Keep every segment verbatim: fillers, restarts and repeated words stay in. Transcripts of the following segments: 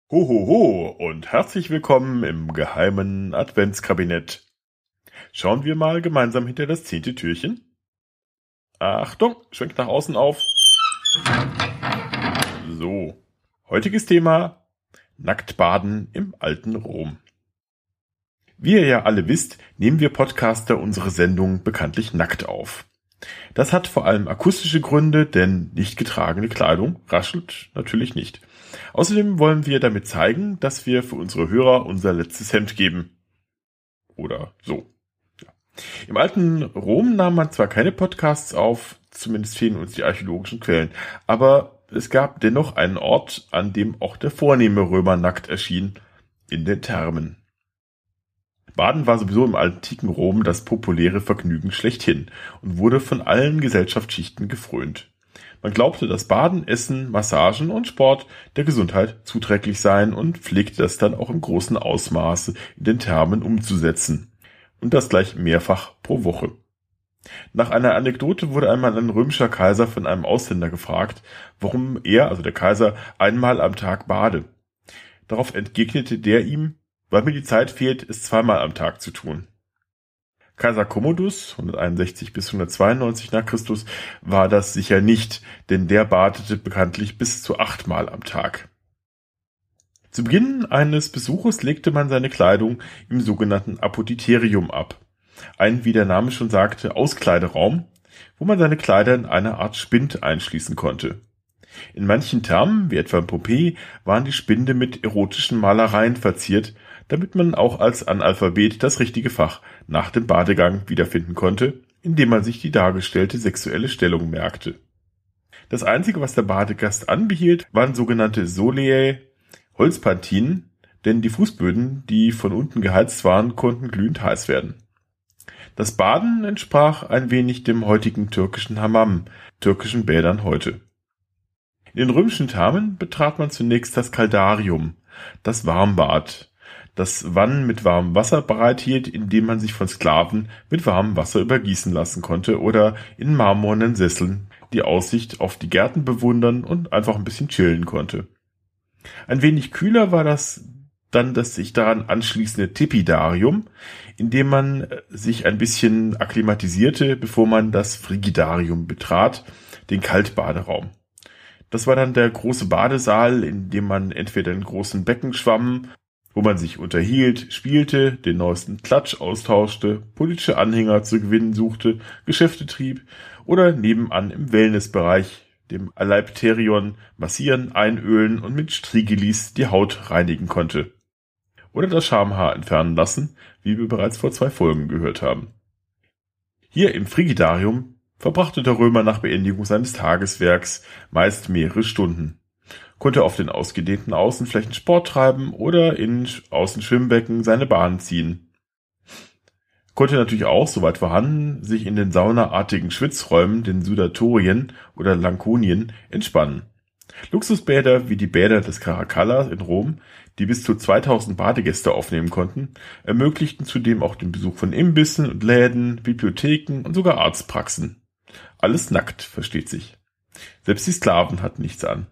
Hohoho und herzlich willkommen im geheimen Adventskabinett. Schauen wir mal gemeinsam hinter das zehnte Türchen. Achtung, schwenkt nach außen auf. So, heutiges Thema: Nacktbaden im alten Rom. Wie ihr ja alle wisst, nehmen wir Podcaster unsere Sendung bekanntlich nackt auf. Das hat vor allem akustische Gründe, denn nicht getragene Kleidung raschelt natürlich nicht. Außerdem wollen wir damit zeigen, dass wir für unsere Hörer unser letztes Hemd geben. Oder so. Ja. Im alten Rom nahm man zwar keine Podcasts auf, zumindest fehlen uns die archäologischen Quellen, aber es gab dennoch einen Ort, an dem auch der vornehme Römer nackt erschien, in den Thermen. Baden war sowieso im antiken Rom das populäre Vergnügen schlechthin und wurde von allen Gesellschaftsschichten gefrönt. Man glaubte, dass Baden, Essen, Massagen und Sport der Gesundheit zuträglich seien und pflegte das dann auch im großen Ausmaße in den Thermen umzusetzen. Und das gleich mehrfach pro Woche. Nach einer Anekdote wurde einmal ein römischer Kaiser von einem Ausländer gefragt, warum er, also der Kaiser, einmal am Tag bade. Darauf entgegnete der ihm: weil mir die Zeit fehlt, es zweimal am Tag zu tun. Kaiser Commodus, hunderteinundsechzig bis hundertzweiundneunzig nach Christus, war das sicher nicht, denn der badete bekanntlich bis zu achtmal am Tag. Zu Beginn eines Besuches legte man seine Kleidung im sogenannten Apodyterium ab. Ein, wie der Name schon sagte, Auskleideraum, wo man seine Kleider in einer Art Spind einschließen konnte. In manchen Thermen, wie etwa in Pompeji, waren die Spinde mit erotischen Malereien verziert, damit man auch als Analphabet das richtige Fach nach dem Badegang wiederfinden konnte, indem man sich die dargestellte sexuelle Stellung merkte. Das Einzige, was der Badegast anbehielt, waren sogenannte Soleae, Holzpantinen, denn die Fußböden, die von unten geheizt waren, konnten glühend heiß werden. Das Baden entsprach ein wenig dem heutigen türkischen Hammam, türkischen Bädern heute. In den römischen Thermen betrat man zunächst das Kaldarium, das Warmbad, das Wannen mit warmem Wasser bereithielt, indem man sich von Sklaven mit warmem Wasser übergießen lassen konnte oder in marmornen Sesseln die Aussicht auf die Gärten bewundern und einfach ein bisschen chillen konnte. Ein wenig kühler war das dann das sich daran anschließende Tepidarium, in dem man sich ein bisschen akklimatisierte, bevor man das Frigidarium betrat, den Kaltbaderaum. Das war dann der große Badesaal, in dem man entweder in großen Becken schwamm, wo man sich unterhielt, spielte, den neuesten Klatsch austauschte, politische Anhänger zu gewinnen suchte, Geschäfte trieb oder nebenan im Wellnessbereich, dem Aleipterion, massieren, einölen und mit Strigelis die Haut reinigen konnte. Oder das Schamhaar entfernen lassen, wie wir bereits vor zwei Folgen gehört haben. Hier im Frigidarium verbrachte der Römer nach Beendigung seines Tageswerks meist mehrere Stunden, konnte auf den ausgedehnten Außenflächen Sport treiben oder in Außenschwimmbecken seine Bahn ziehen. Konnte natürlich auch, soweit vorhanden, sich in den saunaartigen Schwitzräumen, den Sudatorien oder Lankonien, entspannen. Luxusbäder wie die Bäder des Caracalla in Rom, die bis zu zweitausend Badegäste aufnehmen konnten, ermöglichten zudem auch den Besuch von Imbissen und Läden, Bibliotheken und sogar Arztpraxen. Alles nackt, versteht sich. Selbst die Sklaven hatten nichts an.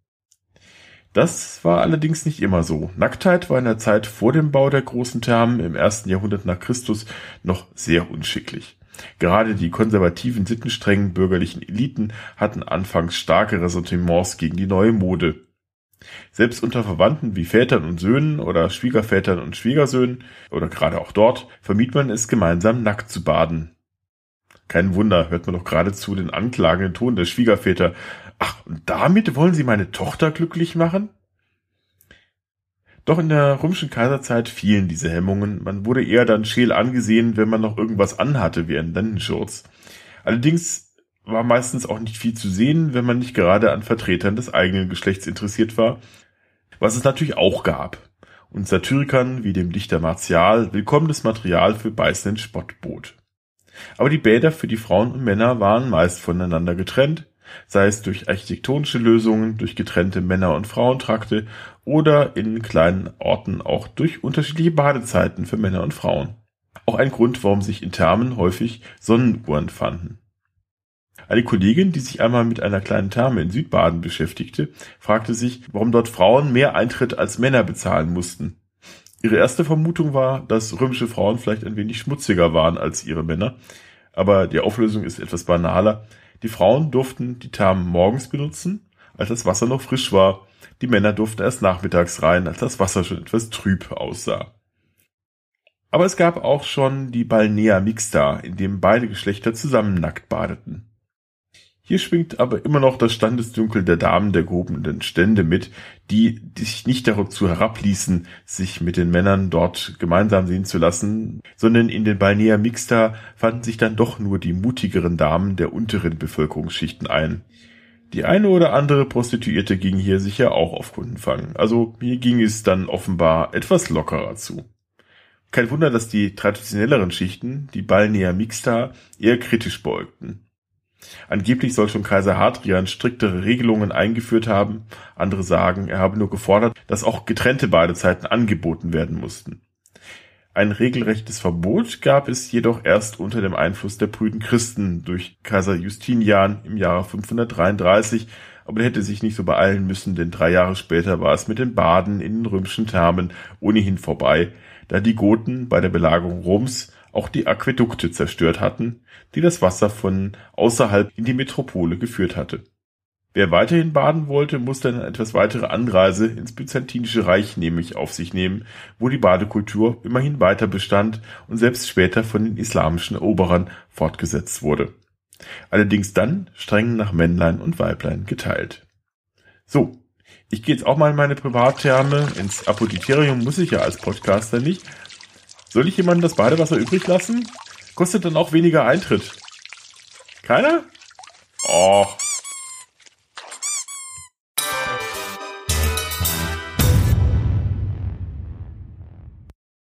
Das war allerdings nicht immer so. Nacktheit war in der Zeit vor dem Bau der großen Thermen im ersten Jahrhundert nach Christus noch sehr unschicklich. Gerade die konservativen, sittenstrengen bürgerlichen Eliten hatten anfangs starke Ressentiments gegen die neue Mode. Selbst unter Verwandten wie Vätern und Söhnen oder Schwiegervätern und Schwiegersöhnen oder gerade auch dort vermied man es, gemeinsam nackt zu baden. Kein Wunder, hört man doch geradezu den anklagenden Ton der Schwiegerväter. Ach, und damit wollen Sie meine Tochter glücklich machen? Doch in der römischen Kaiserzeit fielen diese Hemmungen. Man wurde eher dann scheel angesehen, wenn man noch irgendwas anhatte wie ein Lendenschurz. Allerdings war meistens auch nicht viel zu sehen, wenn man nicht gerade an Vertretern des eigenen Geschlechts interessiert war, was es natürlich auch gab. Und Satyrikern wie dem Dichter Martial willkommenes Material für beißenden Spott bot. Aber die Bäder für die Frauen und Männer waren meist voneinander getrennt, sei es durch architektonische Lösungen, durch getrennte Männer- und Frauentrakte oder in kleinen Orten auch durch unterschiedliche Badezeiten für Männer und Frauen. Auch ein Grund, warum sich in Thermen häufig Sonnenuhren fanden. Eine Kollegin, die sich einmal mit einer kleinen Therme in Südbaden beschäftigte, fragte sich, warum dort Frauen mehr Eintritt als Männer bezahlen mussten. Ihre erste Vermutung war, dass römische Frauen vielleicht ein wenig schmutziger waren als ihre Männer, aber die Auflösung ist etwas banaler. Die Frauen durften die Thermen morgens benutzen, als das Wasser noch frisch war. Die Männer durften erst nachmittags rein, als das Wasser schon etwas trüb aussah. Aber es gab auch schon die Balnea Mixta, in dem beide Geschlechter zusammen nackt badeten. Hier schwingt aber immer noch das Standesdünkel der Damen der gehobenen Stände mit, die sich nicht dazu herabließen, sich mit den Männern dort gemeinsam sehen zu lassen, sondern in den Balnea Mixta fanden sich dann doch nur die mutigeren Damen der unteren Bevölkerungsschichten ein. Die eine oder andere Prostituierte ging hier sicher auch auf Kundenfang, also hier ging es dann offenbar etwas lockerer zu. Kein Wunder, dass die traditionelleren Schichten die Balnea Mixta eher kritisch beäugten. Angeblich soll schon Kaiser Hadrian striktere Regelungen eingeführt haben, andere sagen, er habe nur gefordert, dass auch getrennte Badezeiten angeboten werden mussten. Ein regelrechtes Verbot gab es jedoch erst unter dem Einfluss der prüden Christen durch Kaiser Justinian im Jahre fünfhundertdreiunddreißig, aber der hätte sich nicht so beeilen müssen, denn drei Jahre später war es mit den Baden in den römischen Thermen ohnehin vorbei, da die Goten bei der Belagerung Roms auch die Aquädukte zerstört hatten, die das Wasser von außerhalb in die Metropole geführt hatte. Wer weiterhin baden wollte, musste eine etwas weitere Anreise ins Byzantinische Reich nämlich auf sich nehmen, wo die Badekultur immerhin weiter bestand und selbst später von den islamischen Eroberern fortgesetzt wurde. Allerdings dann streng nach Männlein und Weiblein geteilt. So, ich gehe jetzt auch mal in meine Privattherme, ins Apothekarium muss ich ja als Podcaster nicht. Soll ich jemandem das Badewasser übrig lassen? Kostet dann auch weniger Eintritt. Keiner? Och.